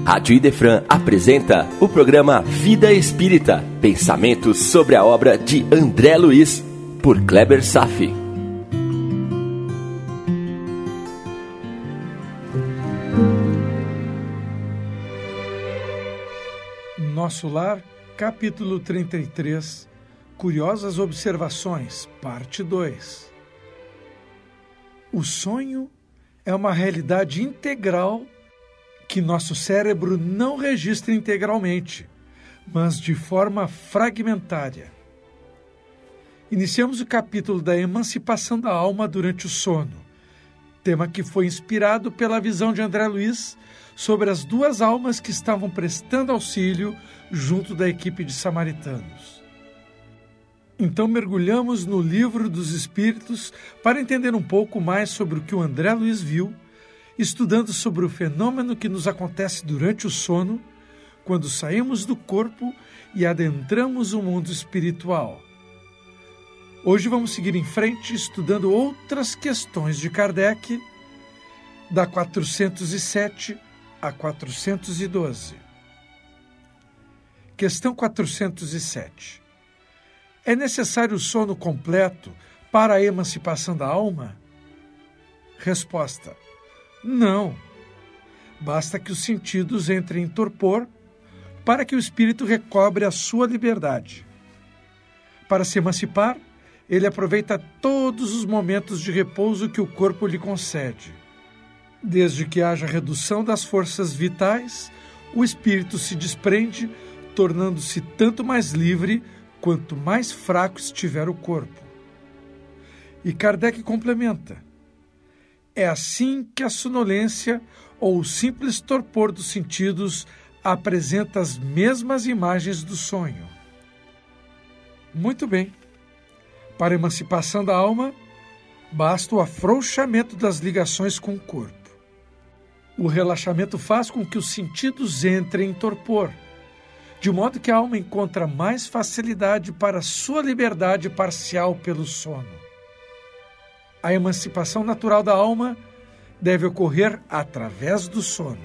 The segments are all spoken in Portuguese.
Rádio Idefran apresenta o programa Vida Espírita, pensamentos sobre a obra de André Luiz, por Kleber Safi. Nosso Lar, capítulo 33, Curiosas Observações, parte 2. O sonho é uma realidade integral que nosso cérebro não registra integralmente, mas de forma fragmentária. Iniciamos o capítulo da emancipação da alma durante o sono, tema que foi inspirado pela visão de André Luiz sobre as duas almas que estavam prestando auxílio junto da equipe de samaritanos. Então mergulhamos no Livro dos Espíritos para entender um pouco mais sobre o que o André Luiz viu, estudando sobre o fenômeno que nos acontece durante o sono, quando saímos do corpo e adentramos o mundo espiritual. Hoje vamos seguir em frente estudando outras questões de Kardec, da 407 a 412. Questão 407. É necessário o sono completo para a emancipação da alma? Resposta: não. Basta que os sentidos entrem em torpor para que o espírito recobre a sua liberdade. Para se emancipar, ele aproveita todos os momentos de repouso que o corpo lhe concede. Desde que haja redução das forças vitais, o espírito se desprende, tornando-se tanto mais livre quanto mais fraco estiver o corpo. E Kardec complementa: é assim que a sonolência ou o simples torpor dos sentidos apresenta as mesmas imagens do sonho. Muito bem. Para a emancipação da alma, basta o afrouxamento das ligações com o corpo. O relaxamento faz com que os sentidos entrem em torpor, de modo que a alma encontra mais facilidade para a sua liberdade parcial pelo sono. A emancipação natural da alma deve ocorrer através do sono.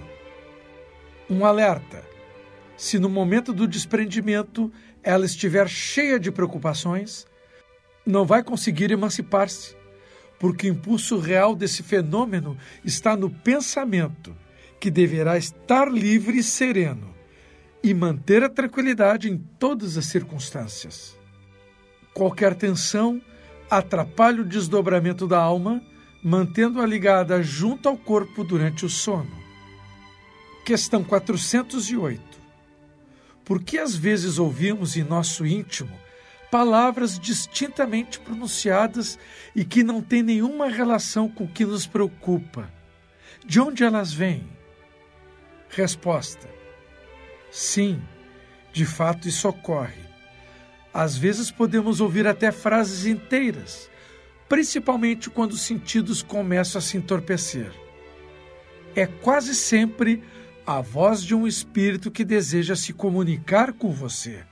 Um alerta: se no momento do desprendimento ela estiver cheia de preocupações, não vai conseguir emancipar-se, porque o impulso real desse fenômeno está no pensamento, que deverá estar livre e sereno e manter a tranquilidade em todas as circunstâncias. Qualquer tensão atrapalha o desdobramento da alma, mantendo-a ligada junto ao corpo durante o sono. Questão 408. Por que às vezes ouvimos em nosso íntimo palavras distintamente pronunciadas e que não têm nenhuma relação com o que nos preocupa? De onde elas vêm? Resposta: sim, de fato isso ocorre. Às vezes podemos ouvir até frases inteiras, principalmente quando os sentidos começam a se entorpecer. É quase sempre a voz de um espírito que deseja se comunicar com você.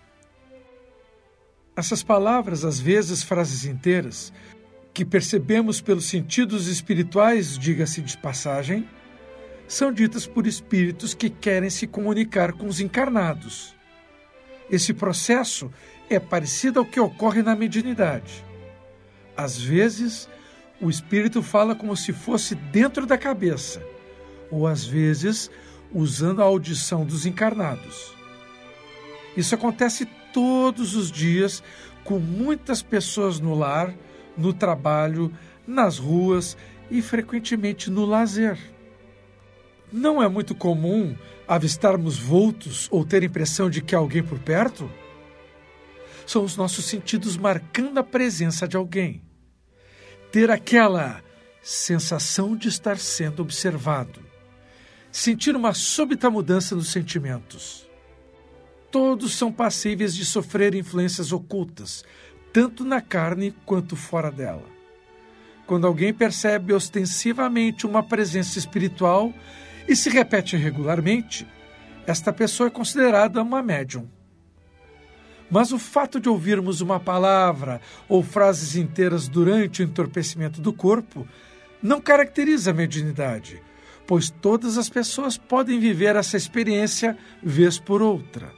Essas palavras, às vezes frases inteiras, que percebemos pelos sentidos espirituais, diga-se de passagem, são ditas por espíritos que querem se comunicar com os encarnados. Esse processo é parecido ao que ocorre na mediunidade. Às vezes, o espírito fala como se fosse dentro da cabeça, ou às vezes, usando a audição dos encarnados. Isso acontece todos os dias com muitas pessoas no lar, no trabalho, nas ruas e frequentemente no lazer. Não é muito comum avistarmos vultos ou ter a impressão de que há alguém por perto? São os nossos sentidos marcando a presença de alguém. Ter aquela sensação de estar sendo observado. Sentir uma súbita mudança nos sentimentos. Todos são passíveis de sofrer influências ocultas, tanto na carne quanto fora dela. Quando alguém percebe ostensivamente uma presença espiritual e se repete regularmente, esta pessoa é considerada uma médium. Mas o fato de ouvirmos uma palavra ou frases inteiras durante o entorpecimento do corpo não caracteriza a mediunidade, pois todas as pessoas podem viver essa experiência vez por outra.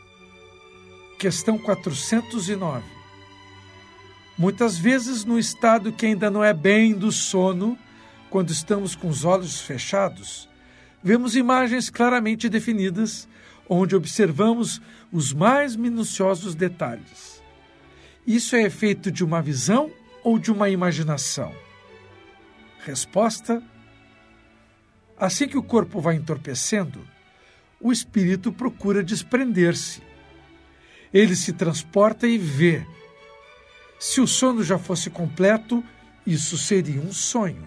Questão 409. Muitas vezes, no estado que ainda não é bem do sono, quando estamos com os olhos fechados, vemos imagens claramente definidas, onde observamos os mais minuciosos detalhes. Isso é efeito de uma visão ou de uma imaginação? Resposta: assim que o corpo vai entorpecendo, o espírito procura desprender-se. Ele se transporta e vê. Se o sono já fosse completo, isso seria um sonho.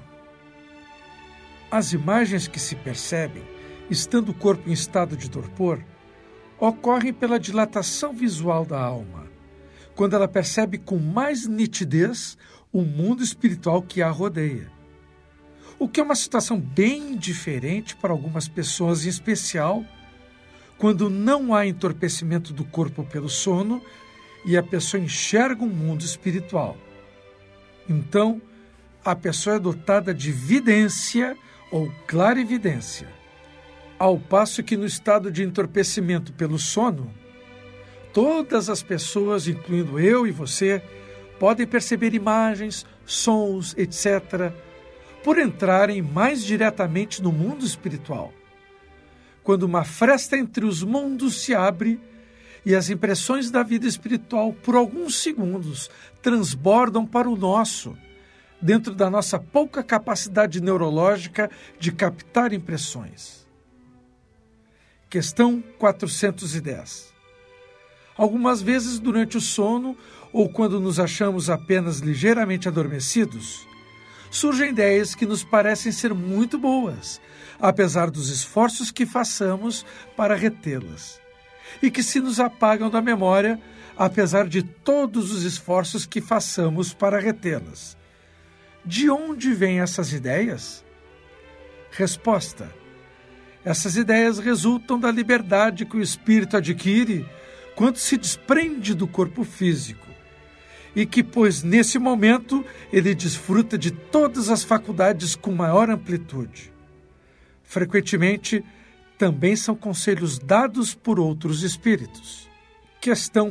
As imagens que se percebem, estando o corpo em estado de torpor, ocorrem pela dilatação visual da alma, quando ela percebe com mais nitidez o mundo espiritual que a rodeia. O que é uma situação bem diferente para algumas pessoas, em especial quando não há entorpecimento do corpo pelo sono e a pessoa enxerga um mundo espiritual. Então, a pessoa é dotada de vidência ou clarividência, ao passo que no estado de entorpecimento pelo sono, todas as pessoas, incluindo eu e você, podem perceber imagens, sons, etc., por entrarem mais diretamente no mundo espiritual. Quando uma fresta entre os mundos se abre e as impressões da vida espiritual, por alguns segundos, transbordam para o nosso, dentro da nossa pouca capacidade neurológica de captar impressões. Questão 410. Algumas vezes, durante o sono, ou quando nos achamos apenas ligeiramente adormecidos, surgem ideias que nos parecem ser muito boas, apesar dos esforços que façamos para retê-las, e que se nos apagam da memória, apesar de todos os esforços que façamos para retê-las. De onde vêm essas ideias? Resposta: essas ideias resultam da liberdade que o espírito adquire quando se desprende do corpo físico, e que, pois, nesse momento, ele desfruta de todas as faculdades com maior amplitude. Frequentemente, também são conselhos dados por outros espíritos. Questão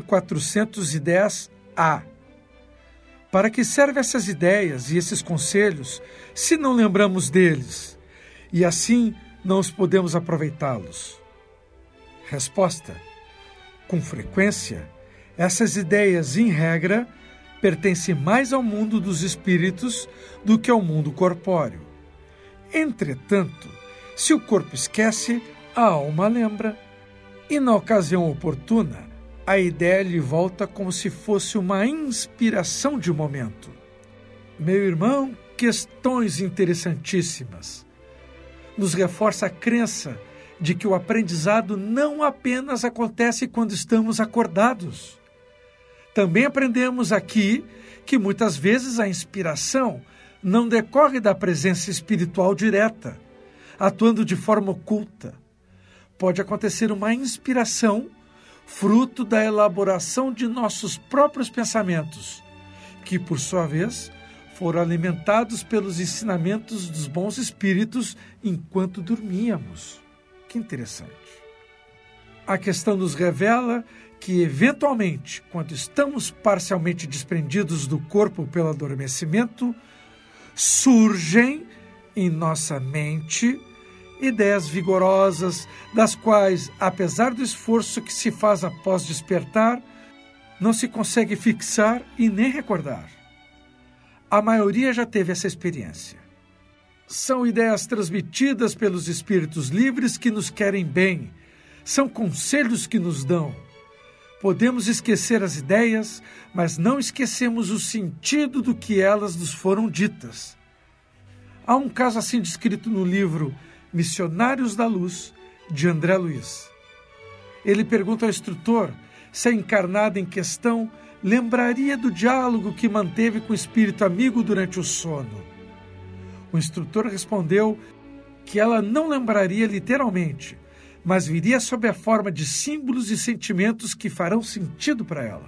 410-A. Para que servem essas ideias e esses conselhos, se não lembramos deles, e assim não os podemos aproveitá-los? Resposta: com frequência, essas ideias, em regra, pertencem mais ao mundo dos espíritos do que ao mundo corpóreo. Entretanto, se o corpo esquece, a alma lembra, e na ocasião oportuna, a ideia lhe volta como se fosse uma inspiração de momento. Meu irmão, questões interessantíssimas. Nos reforça a crença de que o aprendizado não apenas acontece quando estamos acordados. Também aprendemos aqui que muitas vezes a inspiração não decorre da presença espiritual direta, atuando de forma oculta. Pode acontecer uma inspiração fruto da elaboração de nossos próprios pensamentos, que, por sua vez, foram alimentados pelos ensinamentos dos bons espíritos enquanto dormíamos. Que interessante. A questão nos revela que, eventualmente, quando estamos parcialmente desprendidos do corpo pelo adormecimento, surgem em nossa mente ideias vigorosas, das quais, apesar do esforço que se faz após despertar, não se consegue fixar e nem recordar. A maioria já teve essa experiência. São ideias transmitidas pelos espíritos livres que nos querem bem, são conselhos que nos dão. Podemos esquecer as ideias, mas não esquecemos o sentido do que elas nos foram ditas. Há um caso assim descrito no livro Missionários da Luz, de André Luiz. Ele pergunta ao instrutor se a encarnada em questão lembraria do diálogo que manteve com o espírito amigo durante o sono. O instrutor respondeu que ela não lembraria literalmente, mas viria sob a forma de símbolos e sentimentos que farão sentido para ela.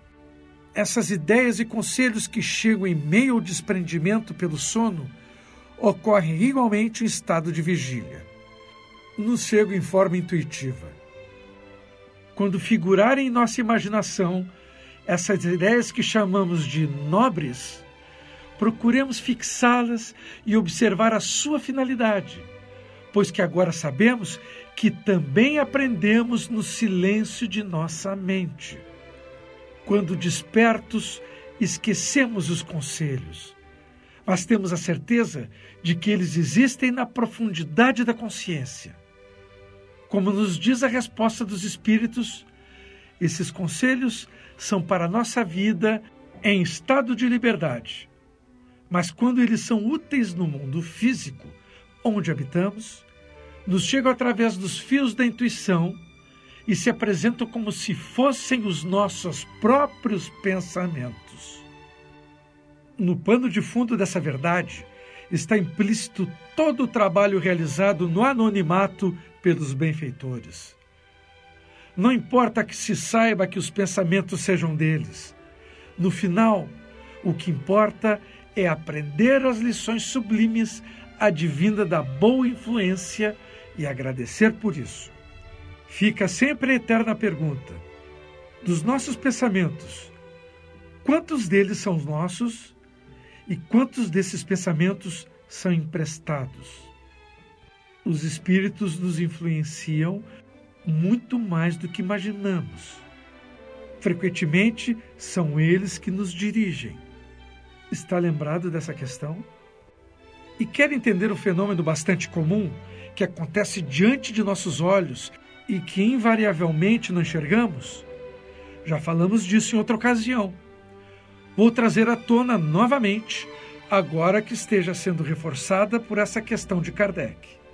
Essas ideias e conselhos que chegam em meio ao desprendimento pelo sono ocorrem igualmente em estado de vigília. Nos chegam em forma intuitiva. Quando figurarem em nossa imaginação essas ideias que chamamos de nobres, procuremos fixá-las e observar a sua finalidade, pois que agora sabemos que também aprendemos no silêncio de nossa mente. Quando despertos, esquecemos os conselhos, mas temos a certeza de que eles existem na profundidade da consciência. Como nos diz a resposta dos Espíritos, esses conselhos são para a nossa vida em estado de liberdade. Mas quando eles são úteis no mundo físico, onde habitamos, nos chegam através dos fios da intuição e se apresentam como se fossem os nossos próprios pensamentos. No pano de fundo dessa verdade está implícito todo o trabalho realizado no anonimato pelos benfeitores. Não importa que se saiba que os pensamentos sejam deles. No final, o que importa é aprender as lições sublimes advinda da boa influência e agradecer por isso. Fica sempre a eterna pergunta: dos nossos pensamentos, quantos deles são nossos e quantos desses pensamentos são emprestados? Os espíritos nos influenciam muito mais do que imaginamos. Frequentemente, são eles que nos dirigem. Está lembrado dessa questão? E quer entender um fenômeno bastante comum que acontece diante de nossos olhos e que invariavelmente não enxergamos? Já falamos disso em outra ocasião. Vou trazer à tona novamente, agora que esteja sendo reforçada por essa questão de Kardec.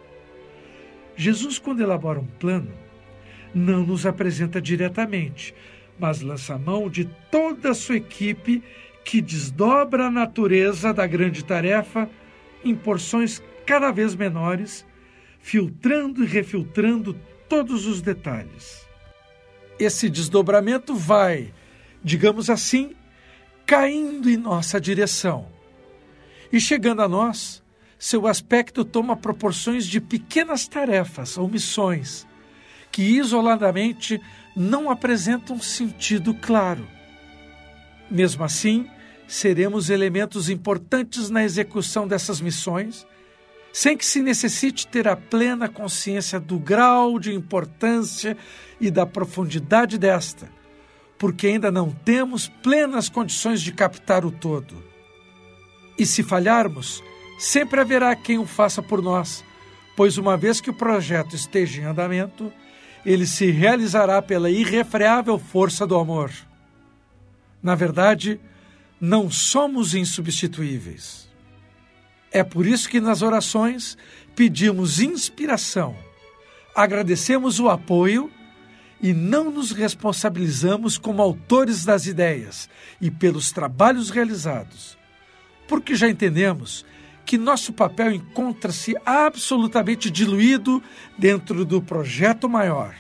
Jesus, quando elabora um plano, não nos apresenta diretamente, mas lança mão de toda a sua equipe que desdobra a natureza da grande tarefa em porções cada vez menores, filtrando e refiltrando todos os detalhes. Esse desdobramento vai, digamos assim, caindo em nossa direção. E chegando a nós, seu aspecto toma proporções de pequenas tarefas ou missões, que isoladamente não apresentam sentido claro. Mesmo assim, seremos elementos importantes na execução dessas missões, sem que se necessite ter a plena consciência do grau de importância e da profundidade desta, porque ainda não temos plenas condições de captar o todo. E se falharmos, sempre haverá quem o faça por nós, pois uma vez que o projeto esteja em andamento, ele se realizará pela irrefreável força do amor. Na verdade, não somos insubstituíveis. É por isso que nas orações pedimos inspiração, agradecemos o apoio e não nos responsabilizamos como autores das ideias e pelos trabalhos realizados, porque já entendemos que nosso papel encontra-se absolutamente diluído dentro do projeto maior.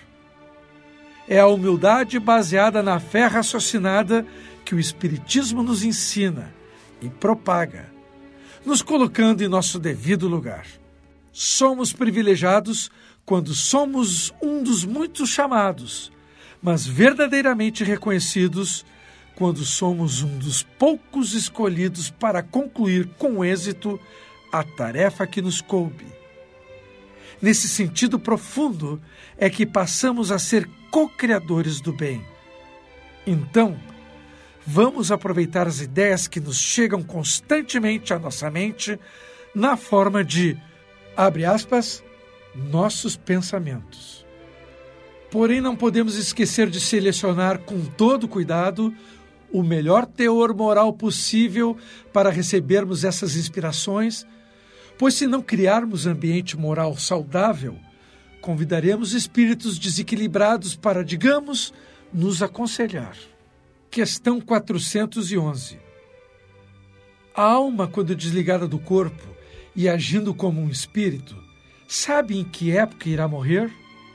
É a humildade baseada na fé raciocinada que o Espiritismo nos ensina e propaga, nos colocando em nosso devido lugar. Somos privilegiados quando somos um dos muitos chamados, mas verdadeiramente reconhecidos quando somos um dos poucos escolhidos para concluir com êxito a tarefa que nos coube. Nesse sentido profundo é que passamos a ser co-criadores do bem. Então, vamos aproveitar as ideias que nos chegam constantemente à nossa mente na forma de, abre aspas, nossos pensamentos. Porém, não podemos esquecer de selecionar com todo cuidado o melhor teor moral possível para recebermos essas inspirações, pois se não criarmos ambiente moral saudável, convidaremos espíritos desequilibrados para, digamos, nos aconselhar. Questão 411. A alma, quando desligada do corpo e agindo como um espírito, sabe em que época irá morrer?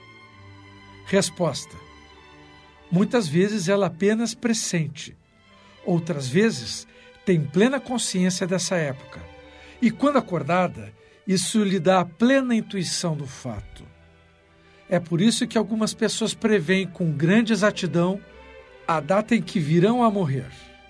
Resposta. Muitas vezes ela apenas pressente. Outras vezes tem plena consciência dessa época E quando acordada, isso lhe dá a plena intuição do fato. É por isso que algumas pessoas preveem com grande exatidão a data em que virão a morrer.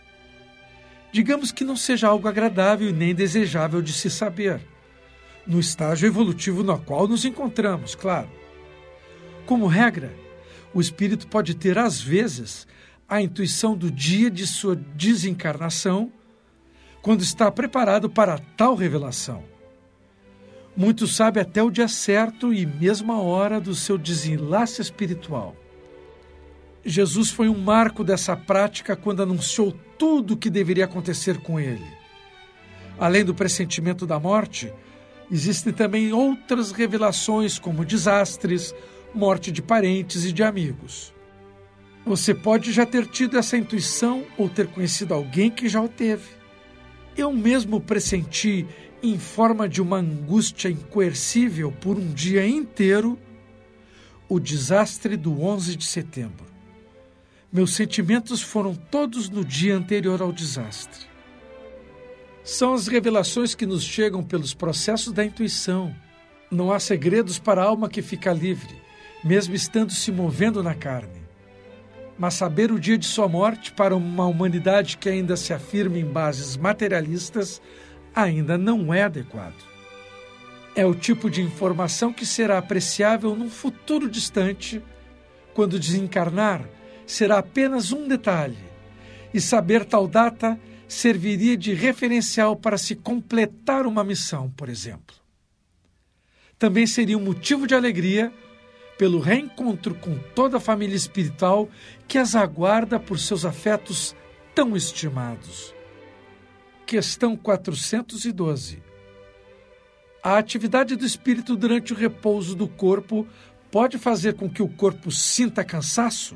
Digamos que não seja algo agradável e nem desejável de se saber, no estágio evolutivo no qual nos encontramos, claro. Como regra, o espírito pode ter, às vezes, a intuição do dia de sua desencarnação, quando está preparado para tal revelação. Muitos sabem até o dia certo e mesmo a hora do seu desenlace espiritual. Jesus foi um marco dessa prática quando anunciou tudo o que deveria acontecer com ele. Além do pressentimento da morte, existem também outras revelações como desastres, morte de parentes e de amigos. Você pode já ter tido essa intuição ou ter conhecido alguém que já o teve. Eu mesmo pressenti, em forma de uma angústia incoercível por um dia inteiro, o desastre do 11 de setembro. Meus sentimentos foram todos no dia anterior ao desastre. São as revelações que nos chegam pelos processos da intuição. Não há segredos para a alma que fica livre, mesmo estando se movendo na carne. Mas saber o dia de sua morte para uma humanidade que ainda se afirma em bases materialistas ainda não é adequado. É o tipo de informação que será apreciável num futuro distante, quando desencarnar será apenas um detalhe, e saber tal data serviria de referencial para se completar uma missão, por exemplo. Também seria um motivo de alegria pelo reencontro com toda a família espiritual que as aguarda por seus afetos tão estimados. Questão 412. A atividade do espírito durante o repouso do corpo pode fazer com que o corpo sinta cansaço?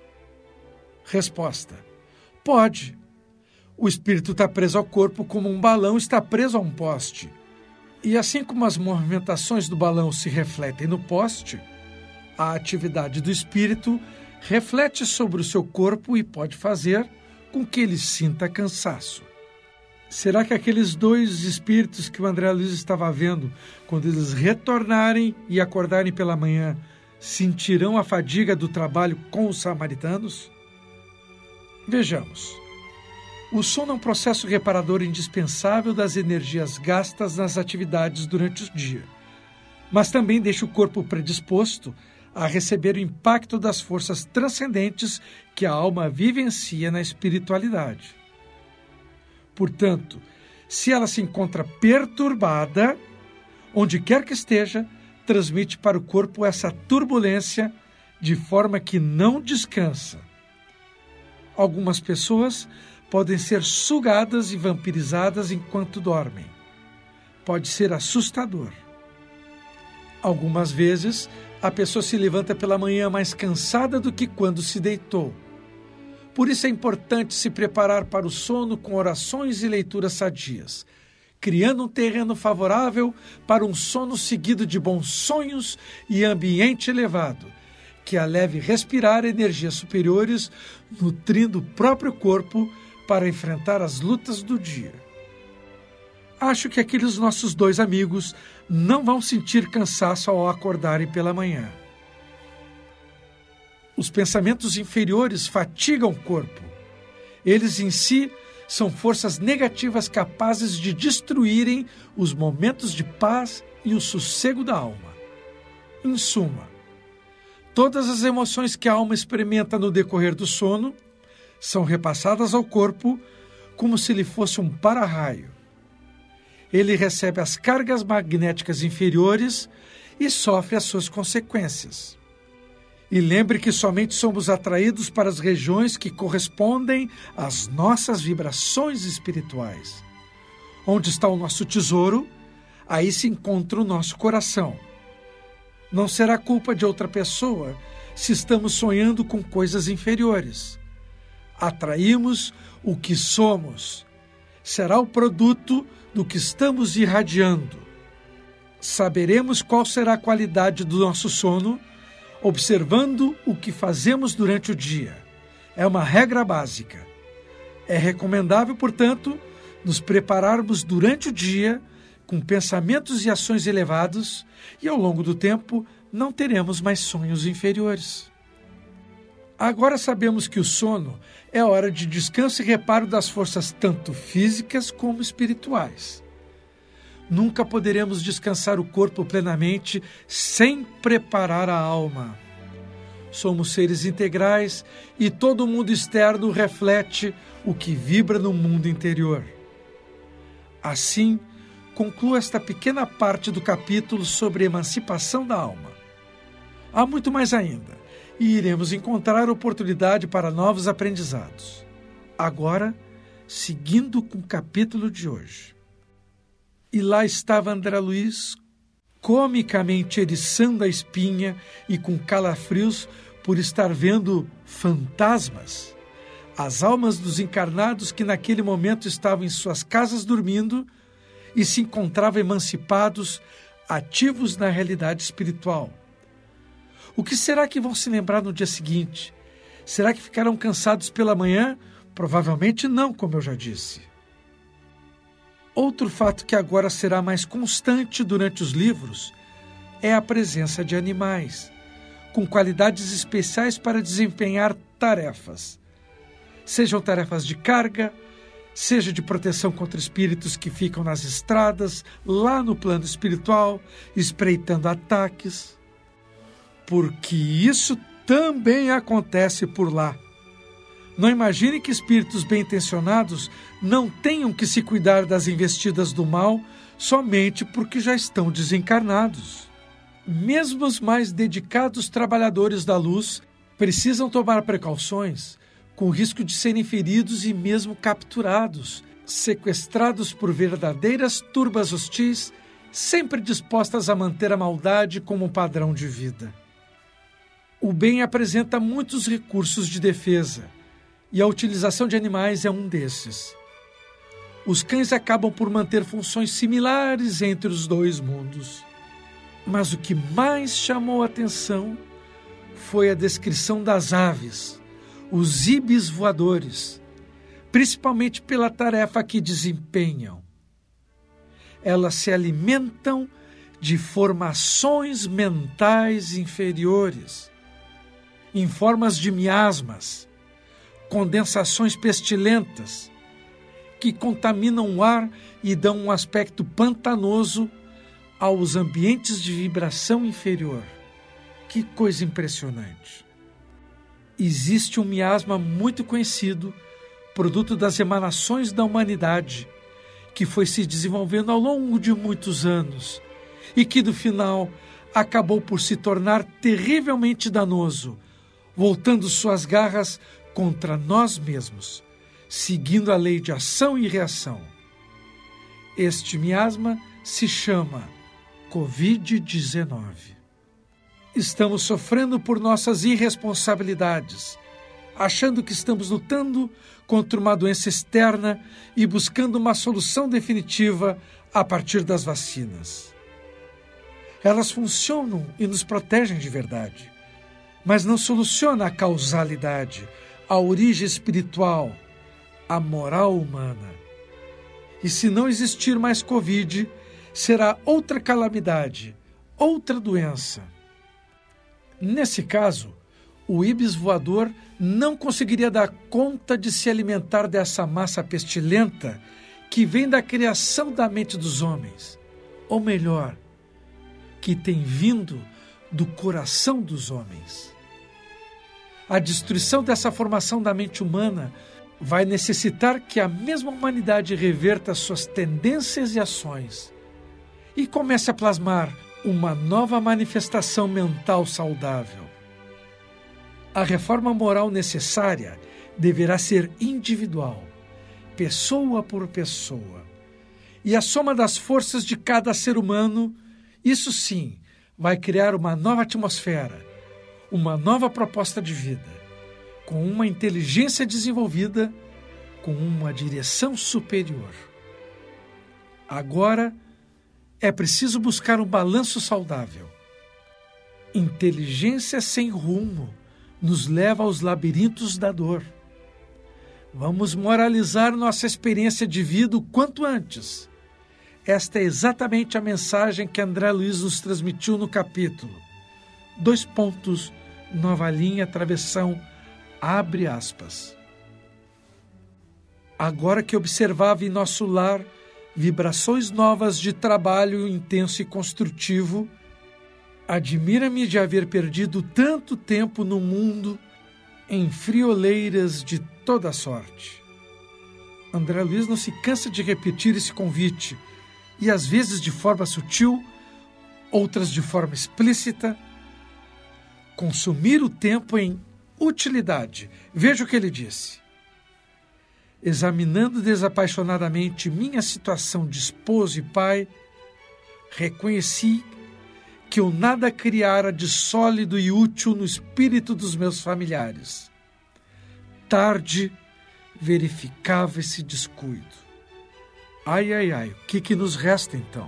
Resposta: pode. O espírito está preso ao corpo como um balão está preso a um poste. E assim como as movimentações do balão se refletem no poste, a atividade do espírito reflete sobre o seu corpo e pode fazer com que ele sinta cansaço. Será que aqueles dois espíritos que o André Luiz estava vendo, quando eles retornarem e acordarem pela manhã, sentirão a fadiga do trabalho com os samaritanos? Vejamos. O sono é um processo reparador indispensável das energias gastas nas atividades durante o dia, mas também deixa o corpo predisposto a receber o impacto das forças transcendentes que a alma vivencia na espiritualidade. Portanto, se ela se encontra perturbada, onde quer que esteja, transmite para o corpo essa turbulência de forma que não descansa. Algumas pessoas podem ser sugadas e vampirizadas enquanto dormem. Pode ser assustador. Algumas vezes, a pessoa se levanta pela manhã mais cansada do que quando se deitou. Por isso é importante se preparar para o sono com orações e leituras sadias, criando um terreno favorável para um sono seguido de bons sonhos e ambiente elevado, que a leve respirar energias superiores, nutrindo o próprio corpo para enfrentar as lutas do dia. Acho que aqueles nossos dois amigos não vão sentir cansaço ao acordarem pela manhã. Os pensamentos inferiores fatigam o corpo. Eles em si são forças negativas capazes de destruírem os momentos de paz e o sossego da alma. Em suma, todas as emoções que a alma experimenta no decorrer do sono são repassadas ao corpo como se lhe fosse um para-raio. Ele recebe as cargas magnéticas inferiores e sofre as suas consequências. E lembre que somente somos atraídos para as regiões que correspondem às nossas vibrações espirituais. Onde está o nosso tesouro, aí se encontra o nosso coração. Não será culpa de outra pessoa se estamos sonhando com coisas inferiores. Atraímos o que somos. Será o produto do que estamos irradiando. Saberemos qual será a qualidade do nosso sono observando o que fazemos durante o dia. É uma regra básica. É recomendável, portanto, nos prepararmos durante o dia, com pensamentos e ações elevados, e ao longo do tempo não teremos mais sonhos inferiores. Agora sabemos que o sono é hora de descanso e reparo das forças tanto físicas como espirituais. Nunca poderemos descansar o corpo plenamente sem preparar a alma. Somos seres integrais e todo o mundo externo reflete o que vibra no mundo interior. Assim, concluo esta pequena parte do capítulo sobre emancipação da alma. Há muito mais ainda, e iremos encontrar oportunidade para novos aprendizados. Agora, seguindo com o capítulo de hoje. E lá estava André Luiz, comicamente eriçando a espinha e com calafrios por estar vendo fantasmas, as almas dos encarnados que naquele momento estavam em suas casas dormindo e se encontravam emancipados, ativos na realidade espiritual. O que será que vão se lembrar no dia seguinte? Será que ficarão cansados pela manhã? Provavelmente não, como eu já disse. Outro fato que agora será mais constante durante os livros é a presença de animais, com qualidades especiais para desempenhar tarefas. Sejam tarefas de carga, seja de proteção contra espíritos que ficam nas estradas, lá no plano espiritual, espreitando ataques. Porque isso também acontece por lá. Não imagine que espíritos bem-intencionados não tenham que se cuidar das investidas do mal somente porque já estão desencarnados. Mesmo os mais dedicados trabalhadores da luz precisam tomar precauções, com risco de serem feridos e mesmo capturados, sequestrados por verdadeiras turbas hostis, sempre dispostas a manter a maldade como padrão de vida. O bem apresenta muitos recursos de defesa, e a utilização de animais é um desses. Os cães acabam por manter funções similares entre os dois mundos. Mas o que mais chamou a atenção foi a descrição das aves, os ibis voadores, principalmente pela tarefa que desempenham. Elas se alimentam de formações mentais inferiores, em formas de miasmas, condensações pestilentas, que contaminam o ar e dão um aspecto pantanoso aos ambientes de vibração inferior. Que coisa impressionante! Existe um miasma muito conhecido, produto das emanações da humanidade, que foi se desenvolvendo ao longo de muitos anos e que, no final, acabou por se tornar terrivelmente danoso, voltando suas garras contra nós mesmos, seguindo a lei de ação e reação. Este miasma se chama Covid-19. Estamos sofrendo por nossas irresponsabilidades, achando que estamos lutando contra uma doença externa e buscando uma solução definitiva a partir das vacinas. Elas funcionam e nos protegem de verdade, mas não soluciona a causalidade, a origem espiritual, a moral humana. E se não existir mais Covid, será outra calamidade, outra doença. Nesse caso, o ibis voador não conseguiria dar conta de se alimentar dessa massa pestilenta que vem da criação da mente dos homens, ou melhor, que tem vindo do coração dos homens. A destruição dessa formação da mente humana vai necessitar que a mesma humanidade reverta suas tendências e ações e comece a plasmar uma nova manifestação mental saudável. A reforma moral necessária deverá ser individual, pessoa por pessoa, e a soma das forças de cada ser humano, isso sim, vai criar uma nova atmosfera, uma nova proposta de vida, com uma inteligência desenvolvida, com uma direção superior. Agora, é preciso buscar um balanço saudável. Inteligência sem rumo nos leva aos labirintos da dor. Vamos moralizar nossa experiência de vida o quanto antes. Esta é exatamente a mensagem que André Luiz nos transmitiu no capítulo. 2 pontos, nova linha, travessão, abre aspas. Agora que observava em nosso lar vibrações novas de trabalho intenso e construtivo, admira-me de haver perdido tanto tempo no mundo em frioleiras de toda sorte. André Luiz não se cansa de repetir esse convite, e às vezes de forma sutil, outras de forma explícita, consumir o tempo em utilidade. Veja o que ele disse. Examinando desapaixonadamente minha situação de esposo e pai, reconheci que eu nada criara de sólido e útil no espírito dos meus familiares. Tarde verificava esse descuido. Ai, ai, ai, o que nos resta então?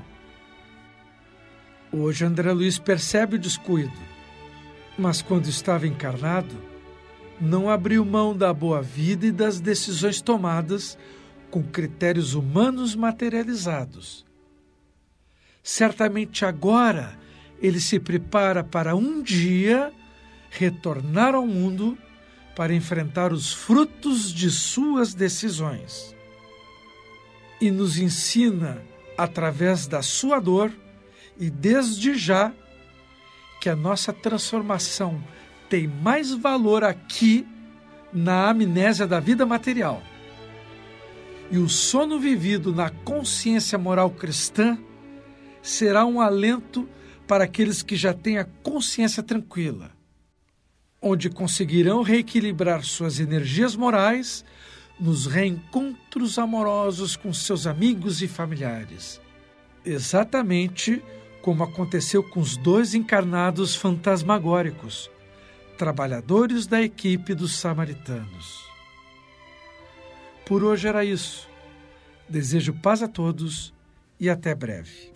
Hoje André Luiz percebe o descuido, mas quando estava encarnado, não abriu mão da boa vida e das decisões tomadas com critérios humanos materializados. Certamente agora ele se prepara para um dia retornar ao mundo para enfrentar os frutos de suas decisões. E nos ensina, através da sua dor, e desde já, que a nossa transformação tem mais valor aqui na amnésia da vida material. E o sono vivido na consciência moral cristã será um alento para aqueles que já têm a consciência tranquila, onde conseguirão reequilibrar suas energias morais nos reencontros amorosos com seus amigos e familiares. Exatamente como aconteceu com os 2 encarnados fantasmagóricos, trabalhadores da equipe dos samaritanos. Por hoje era isso. Desejo paz a todos e até breve.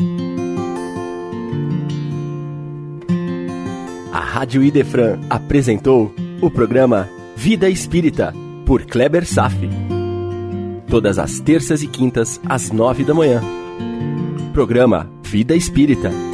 A Rádio Idefran apresentou o programa Vida Espírita, por Kleber Safi. Todas as terças e quintas, às 9 da manhã. Programa Vida Espírita.